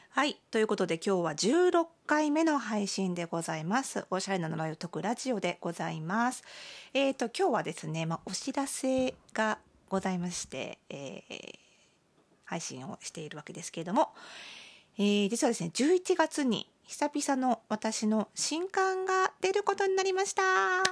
はい、ということで今日は16回目の配信でございます。おしゃれな呪いを解くラジオでございます。今日はですね、お知らせがございまして、配信をしているわけですけれども、実はですね、11月に久々の私の新刊が出ることになりました。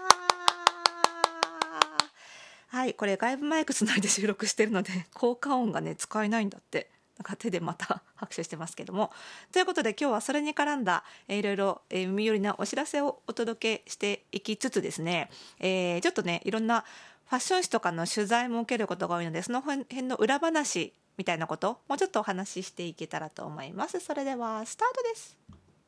はい、これ外部マイクつないで収録してるので効果音がね使えないんだって。なんか手でまた拍手してますけども、ということで今日はそれに絡んだ、いろいろ、耳寄りなお知らせをお届けしていきつつですね、ちょっとねいろんなファッション誌とかの取材も受けることが多いので、その辺の裏話みたいなこともうちょっとお話ししていけたらと思います。それではスタートです。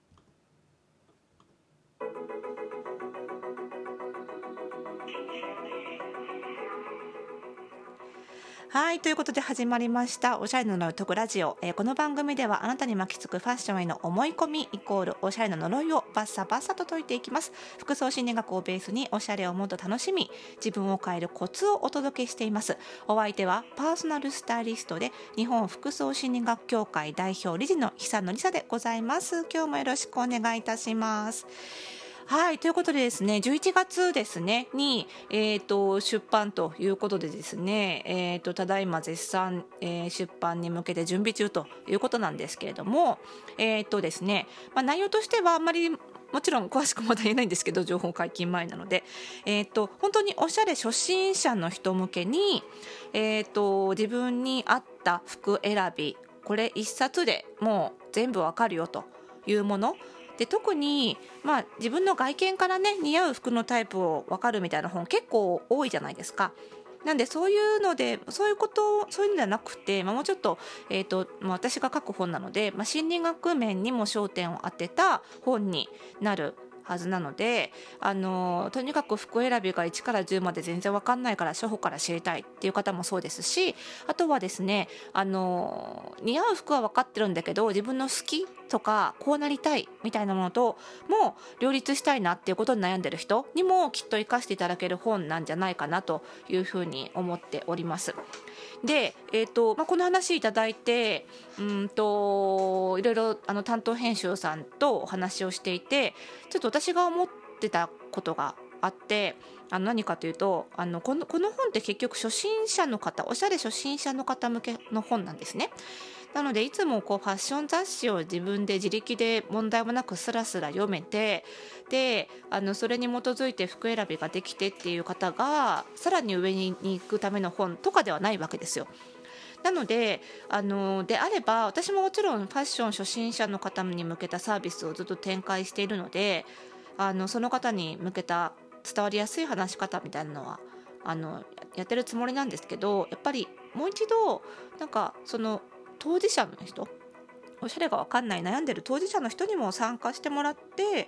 はい、ということで始まりましたおしゃれな呪いを解くラジオ。この番組ではあなたに巻きつくファッションへの思い込みイコールおしゃれな呪いをバッサバッサと解いていきます。服装心理学をベースにおしゃれをもっと楽しみ自分を変えるコツをお届けしています。お相手はパーソナルスタイリストで日本服装心理学協会代表理事の久野理沙でございます。今日もよろしくお願いいたします。はい、ということでですね、11月ですねに、出版ということでですね、ただいま絶賛、出版に向けて準備中ということなんですけれども、ですね、内容としてはあんまりもちろん詳しくまだ言えないんですけど、情報解禁前なので、本当におしゃれ初心者の人向けに、自分に合った服選び、これ一冊でもう全部わかるよというもので、特に、自分の外見からね似合う服のタイプを分かるみたいな本結構多いじゃないですか。なんでそういうのでそういうのではなくて、もうちょっと、私が書く本なので、心理学面にも焦点を当てた本になるはずなので、とにかく服選びが1から10まで全然分かんないから初歩から知りたいっていう方もそうですし、あとはですね、似合う服は分かってるんだけど自分の好きとかこうなりたいみたいなものとも両立したいなっていうことに悩んでる人にもきっと生かしていただける本なんじゃないかなというふうに思っております。で、この話いただいていろいろ担当編集さんとお話をしていて、ちょっと私が思ってたことがあって、何かというとこの本って結局初心者の方、おしゃれ初心者の方向けの本なんですね。なのでいつもファッション雑誌を自分で自力で問題もなくスラスラ読めて、でそれに基づいて服選びができてっていう方がさらに上に行くための本とかではないわけですよ。なのでであれば私ももちろんファッション初心者の方に向けたサービスをずっと展開しているので、その方に向けた伝わりやすい話し方みたいなのはやってるつもりなんですけど、やっぱりもう一度その当事者の人、おしゃれが分かんない悩んでる当事者の人にも参加してもらって、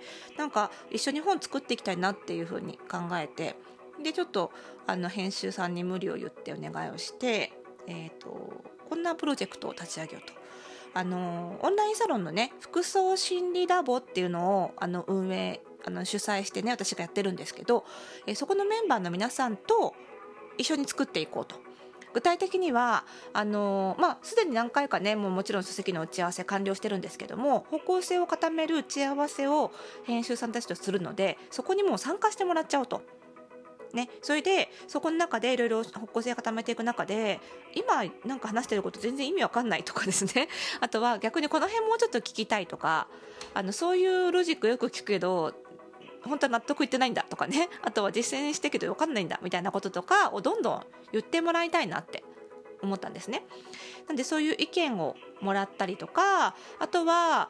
一緒に本作っていきたいなっていうふうに考えて、でちょっと編集さんに無理を言ってお願いをして、こんなプロジェクトを立ち上げようと。オンラインサロンのね服装心理ラボっていうのを運営主催してね私がやってるんですけど、そこのメンバーの皆さんと一緒に作っていこうと。具体的にはすでに何回かねもちろん書籍の打ち合わせ完了してるんですけども、方向性を固める打ち合わせを編集さんたちとするので、そこにも参加してもらっちゃおうと。それでそこの中でいろいろ方向性を固めていく中で、今話してること全然意味わかんないとかですねあとは逆にこの辺もうちょっと聞きたいとか、そういうロジックよく聞くけど本当は納得いってないんだとかね、あとは実践してるけど分かんないんだみたいなこととかをどんどん言ってもらいたいなって思ったんですね。なんでそういう意見をもらったりとか、あとは、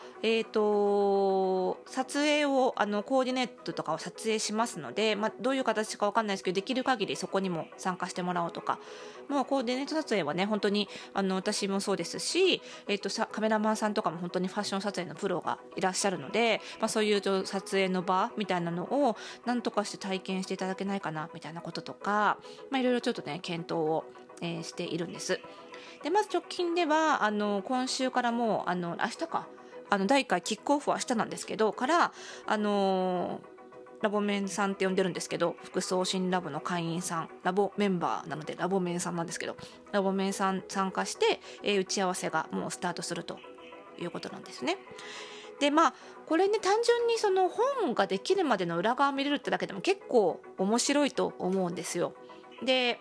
撮影をコーディネートとかを撮影しますので、どういう形か分かんないですけどできる限りそこにも参加してもらおうとか、もうコーディネート撮影はね本当に私もそうですし、カメラマンさんとかも本当にファッション撮影のプロがいらっしゃるので、そういう撮影の場みたいなのを何とかして体験していただけないかなみたいなこととか、いろいろちょっとね検討をしているんです。でまず直近では今週からもう明日か第1回キックオフは明日なんですけどからラボメンさんって呼んでるんですけど、服装心ラボの会員さん、ラボメンバーなのでラボメンさんなんですけど、ラボメンさん参加して、打ち合わせがもうスタートするということなんですね。でこれね、単純にその本ができるまでの裏側を見れるってだけでも結構面白いと思うんですよ。で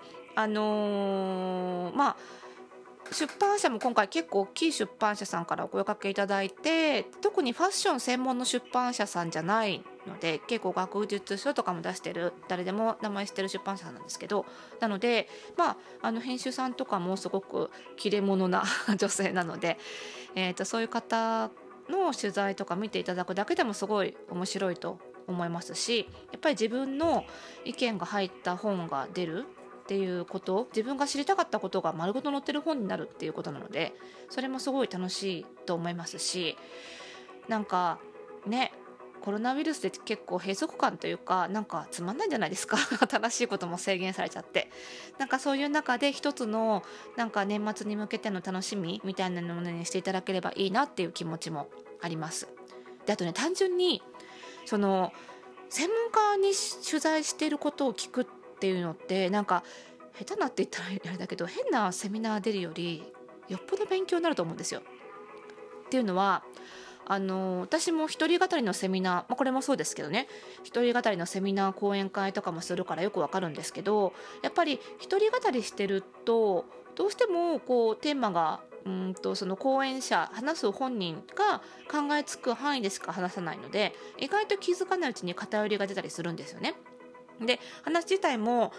出版社も今回結構大きい出版社さんからお声かけいただいて、特にファッション専門の出版社さんじゃないので、結構学術書とかも出してる、誰でも名前知ってる出版社さんなんですけど、なので編集さんとかもすごく切れ者な女性なので、そういう方の取材とか見ていただくだけでもすごい面白いと思いますし、やっぱり自分の意見が入った本が出るっていうこと、自分が知りたかったことが丸ごと載ってる本になるっていうことなので、それもすごい楽しいと思いますし、なんかね、コロナウイルスで結構閉塞感というか、なんかつまんないんじゃないですか新しいことも制限されちゃって、なんかそういう中で一つのなんか年末に向けての楽しみみたいなものにしていただければいいなっていう気持ちもあります。であとね、単純にその専門家に取材していることを聞くっていうのって、なんか下手なって言ったらあれだけど、変なセミナー出るよりよっぽど勉強になると思うんですよ。っていうのは私も一人語りのセミナー、これもそうですけどね、一人語りのセミナー講演会とかもするからよくわかるんですけど、やっぱり一人語りしてるとどうしてもこうテーマがその講演者、話す本人が考えつく範囲でしか話さないので、意外と気づかないうちに偏りが出たりするんですよね。で話自体も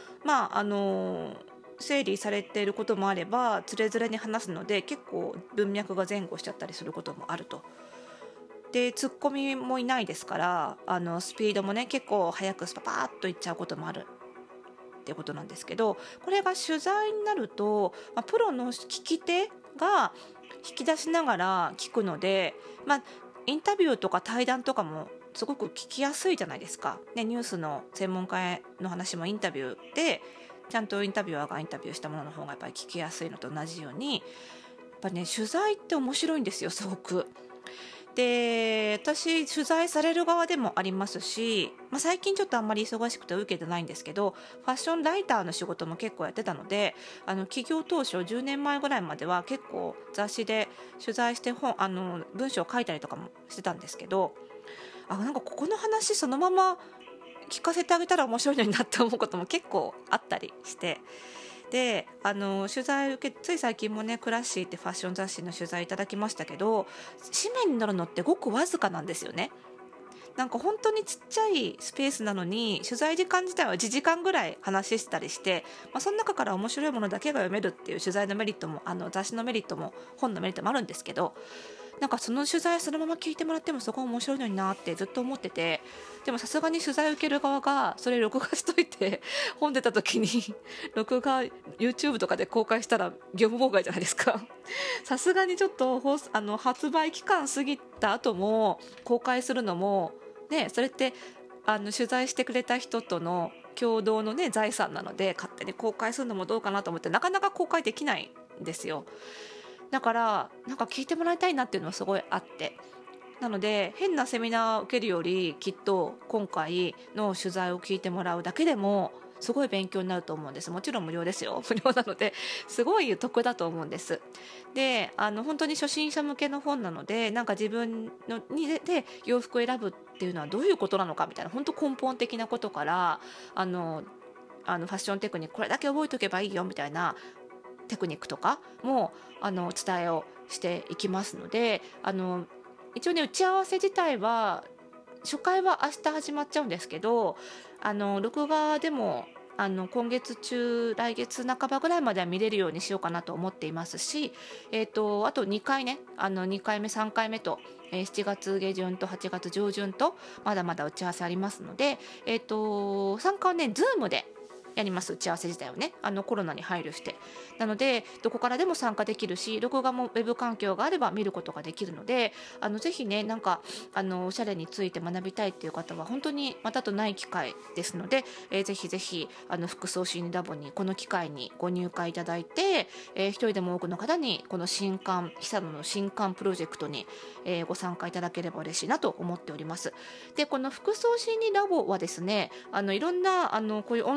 整理されていることもあれば、つれづれに話すので結構文脈が前後しちゃったりすることもあると。でツッコミもいないですから、スピードもね結構速くスパパーッといっちゃうこともあるっていうことなんですけど、これが取材になると、プロの聞き手が引き出しながら聞くので、インタビューとか対談とかもすごく聞きやすいじゃないですか、ね、ニュースの専門家の話もインタビューでちゃんとインタビュアーがインタビューしたものの方がやっぱり聞きやすいのと同じように、やっぱりね取材って面白いんですよ、すごく。で私取材される側でもありますし、最近ちょっとあんまり忙しくて受けてないんですけど、ファッションライターの仕事も結構やってたので、起業当初10年前ぐらいまでは結構雑誌で取材して文章を書いたりとかもしてたんですけど、なんかここの話そのまま聞かせてあげたら面白いのになって思うことも結構あったりして、で取材受け、つい最近もねクラッシーってファッション雑誌の取材いただきましたけど、紙面になるのってごくわずかなんですよね。なんか本当にちっちゃいスペースなのに取材時間自体は1時間ぐらい話してたりして、その中から面白いものだけが読めるっていう取材のメリットも雑誌のメリットも本のメリットもあるんですけど、なんかその取材そのまま聞いてもらってもすごい面白いのになってずっと思ってて、でもさすがに取材受ける側がそれ録画しといて本出た時に録画 YouTube とかで公開したら業務妨害じゃないですか。さすがにちょっと発売期間過ぎた後も公開するのもね、それって取材してくれた人との共同のね財産なので、勝手に公開するのもどうかなと思ってなかなか公開できないんですよ。だからなんか聞いてもらいたいなっていうのはすごいあって、なので変なセミナーを受けるよりきっと今回の取材を聞いてもらうだけでもすごい勉強になると思うんです。もちろん無料ですよ、無料なのですごい得だと思うんです。で本当に初心者向けの本なので、なんか自分ので洋服を選ぶっていうのはどういうことなのかみたいな、本当根本的なことからファッションテクニックこれだけ覚えておけばいいよみたいなテクニックとかもお伝えをしていきますので、一応ね打ち合わせ自体は初回は明日始まっちゃうんですけど、録画でも今月中来月半ばぐらいまでは見れるようにしようかなと思っていますし、あと2回ね2回目3回目と、7月下旬と8月上旬とまだまだ打ち合わせありますので、参加はね Zoom でやります。打ち合わせ自体をねコロナに配慮して、なのでどこからでも参加できるし、録画もウェブ環境があれば見ることができるので、ぜひねなんかおしゃれについて学びたいっていう方は本当にまたとない機会ですので、ぜひぜひ服装心理ラボにこの機会にご入会いただいて、一人でも多くの方にこの新刊久野の新刊プロジェクトに、ご参加いただければ嬉しいなと思っております。でこの服装心理ラボはですねいろんなこういうオンラインサロン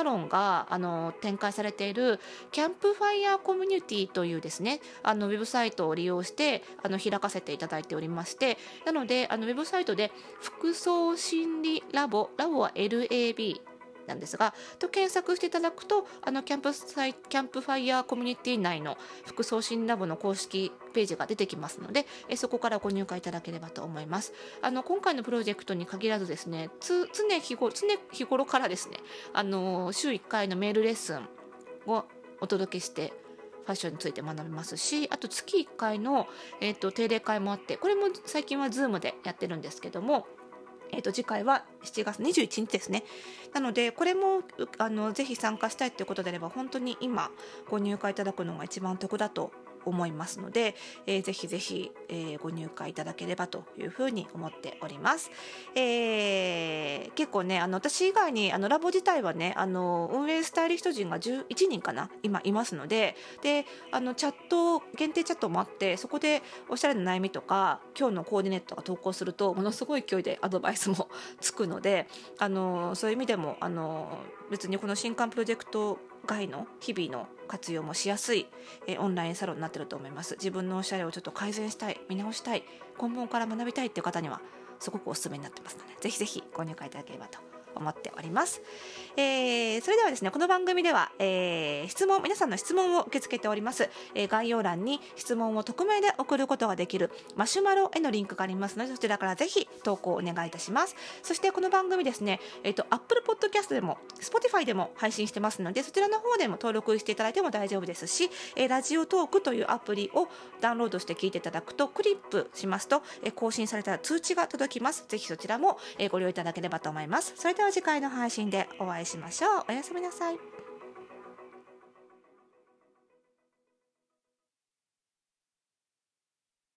ロンが展開されているキャンプファイヤーコミュニティというですねウェブサイトを利用して開かせていただいておりまして、なのでウェブサイトで服装心理ラボは LABなんですがと検索していただくとキャンプファイヤーコミュニティ内の服装心理ラボの公式ページが出てきますので、そこからご入会いただければと思います。今回のプロジェクトに限らずですね、常日頃からですね週1回のメールレッスンをお届けしてファッションについて学びますし、あと月1回の、定例会もあって、これも最近は Zoom でやってるんですけども、次回は7月21日ですね。なのでこれもぜひ参加したいということであれば本当に今ご入会いただくのが一番得だと思いますので、ぜひぜひ、ご入会いただければというふうに思っております。結構ね私以外にラボ自体はね運営スタイリスト陣が11人かな今いますので、限定チャットもあって、そこでおしゃれな悩みとか今日のコーディネートが投稿するとものすごい勢いでアドバイスもつくので、そういう意味でも別にこの新刊プロジェクト外の日々の活用もしやすい、オンラインサロンになっていると思います。自分のおしゃれをちょっと改善したい、見直したい、根本から学びたいという方にはすごくおすすめになってますので、ぜひぜひご入会いただければと思っております。それではですね、この番組では、皆さんの質問を受け付けております。概要欄に質問を匿名で送ることができるマシュマロへのリンクがありますので、そちらからぜひ投稿をお願いいたします。そしてこの番組ですね、Apple Podcast でも Spotify でも配信してますので、そちらの方でも登録していただいても大丈夫ですし、ラジオトークというアプリをダウンロードして聞いていただくと、クリップしますと、更新されたら通知が届きます。ぜひそちらも、ご利用いただければと思います。それでは次回の配信でお会いしましょう。おやすみなさい。